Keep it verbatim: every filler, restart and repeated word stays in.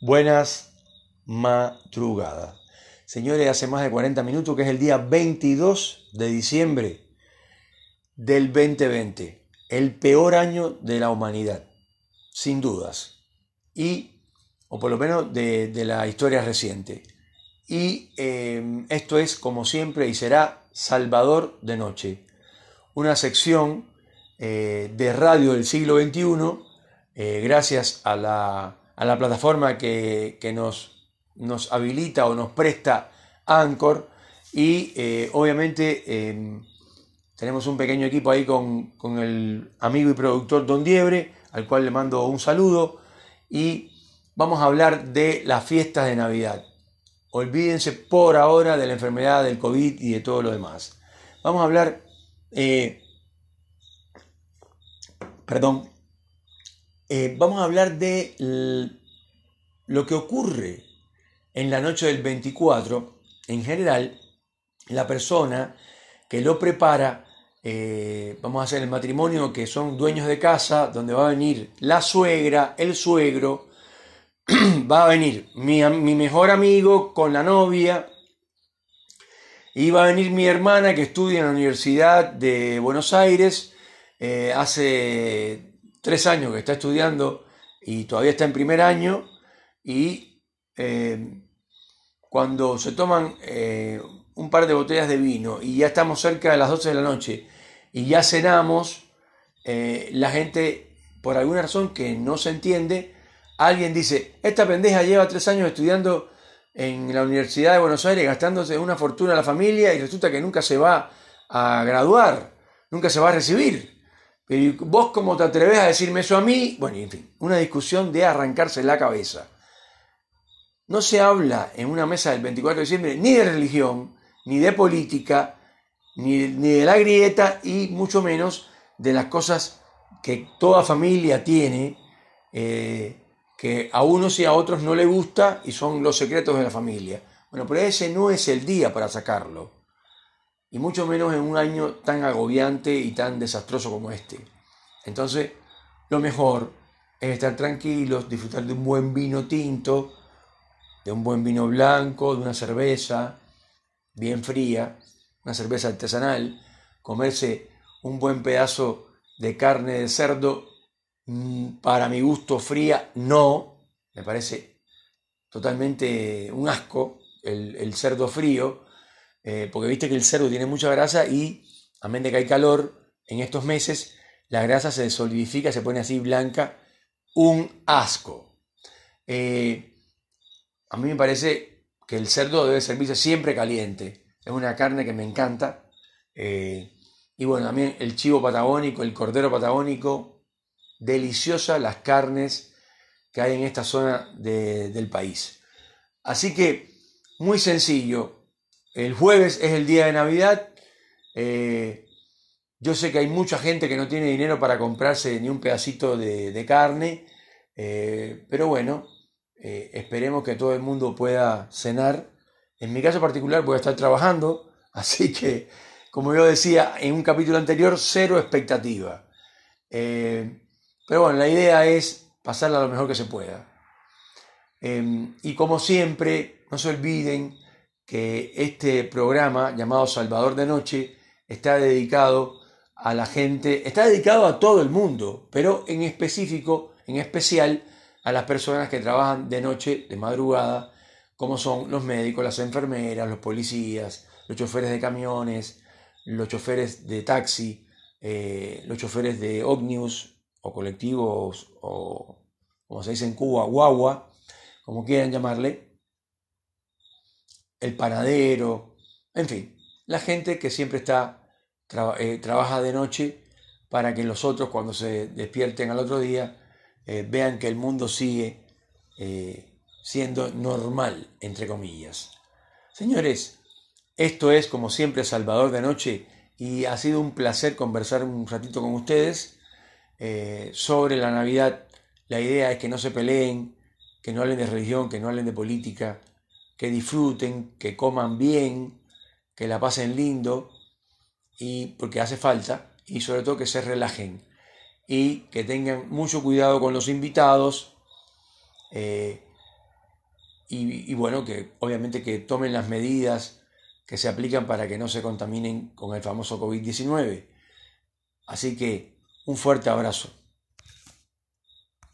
Buenas madrugadas. Señores, hace más de cuarenta minutos que es el día veintidós de diciembre del veinte veinte, el peor año de la humanidad, sin dudas, y, o por lo menos de, de la historia reciente. Y eh, esto es, como siempre, y será Salvador de Noche, una sección eh, de radio del siglo veintiuno, eh, gracias a la, a la plataforma que, que nos, nos habilita o nos presta Anchor, y eh, obviamente eh, tenemos un pequeño equipo ahí con, con el amigo y productor Don Diebre, al cual le mando un saludo, y vamos a hablar de las fiestas de Navidad. Olvídense por ahora de la enfermedad del COVID y de todo lo demás. Vamos a hablar, eh, perdón, eh, vamos a hablar de l- lo que ocurre en la noche del veinticuatro. En general, la persona que lo prepara, eh, vamos a hacer el matrimonio, que son dueños de casa, donde va a venir la suegra, el suegro, va a venir mi, mi mejor amigo con la novia, y va a venir mi hermana que estudia en la Universidad de Buenos Aires, eh, hace tres años que está estudiando y todavía está en primer año, y eh, cuando se toman eh, un par de botellas de vino y ya estamos cerca de las doce de la noche y ya cenamos, eh, la gente, por alguna razón que no se entiende, alguien dice: esta pendeja lleva tres años estudiando en la Universidad de Buenos Aires, gastándose una fortuna a la familia, y resulta que nunca se va a graduar, nunca se va a recibir. Pero vos, ¿cómo te atreves a decirme eso a mí? Bueno, en fin, una discusión de arrancarse la cabeza. No se habla en una mesa del veinticuatro de diciembre ni de religión, ni de política, ni, ni de la grieta, y mucho menos de las cosas que toda familia tiene, eh, que a unos y a otros no le gusta y son los secretos de la familia. Bueno, pero ese no es el día para sacarlo, y mucho menos en un año tan agobiante y tan desastroso como este. Entonces, lo mejor es estar tranquilos, disfrutar de un buen vino tinto, de un buen vino blanco, de una cerveza bien fría, una cerveza artesanal, comerse un buen pedazo de carne de cerdo, para mi gusto fría, no, me parece totalmente un asco el, el cerdo frío, eh, porque viste que el cerdo tiene mucha grasa y, a menos de que hay calor en estos meses, la grasa se solidifica, se pone así blanca, un asco. Eh, A mí me parece que el cerdo debe servirse siempre caliente. Es una carne que me encanta. Eh, y bueno, también el chivo patagónico, el cordero patagónico, deliciosas las carnes que hay en esta zona de, del país. Así que, muy sencillo. El jueves es el día de Navidad. Eh, yo sé que hay mucha gente que no tiene dinero para comprarse ni un pedacito de, de carne. Eh, pero bueno, eh, esperemos que todo el mundo pueda cenar. En mi caso particular voy a estar trabajando, así que, como yo decía en un capítulo anterior, cero expectativa. Eh, pero bueno, la idea es pasarla lo mejor que se pueda. Eh, y como siempre, no se olviden que este programa llamado Salvador de Noche está dedicado a la gente, está dedicado a todo el mundo, pero en específico, en especial, a las personas que trabajan de noche, de madrugada, como son los médicos, las enfermeras, los policías, los choferes de camiones, los choferes de taxi, eh, los choferes de ómnibus o colectivos, o como se dice en Cuba, guagua, como quieran llamarle, el panadero, en fin, la gente que siempre está tra- eh, trabaja de noche para que los otros, cuando se despierten al otro día, eh, vean que el mundo sigue eh, siendo normal, entre comillas. Señores, esto es, como siempre, Salvador de Noche, y ha sido un placer conversar un ratito con ustedes eh, sobre la Navidad. La idea es que no se peleen, que no hablen de religión, que no hablen de política, que disfruten, que coman bien, que la pasen lindo, y porque hace falta, y sobre todo que se relajen y que tengan mucho cuidado con los invitados, eh, y, y bueno, que obviamente que tomen las medidas que se aplican para que no se contaminen con el famoso COVID diecinueve. Así que un fuerte abrazo.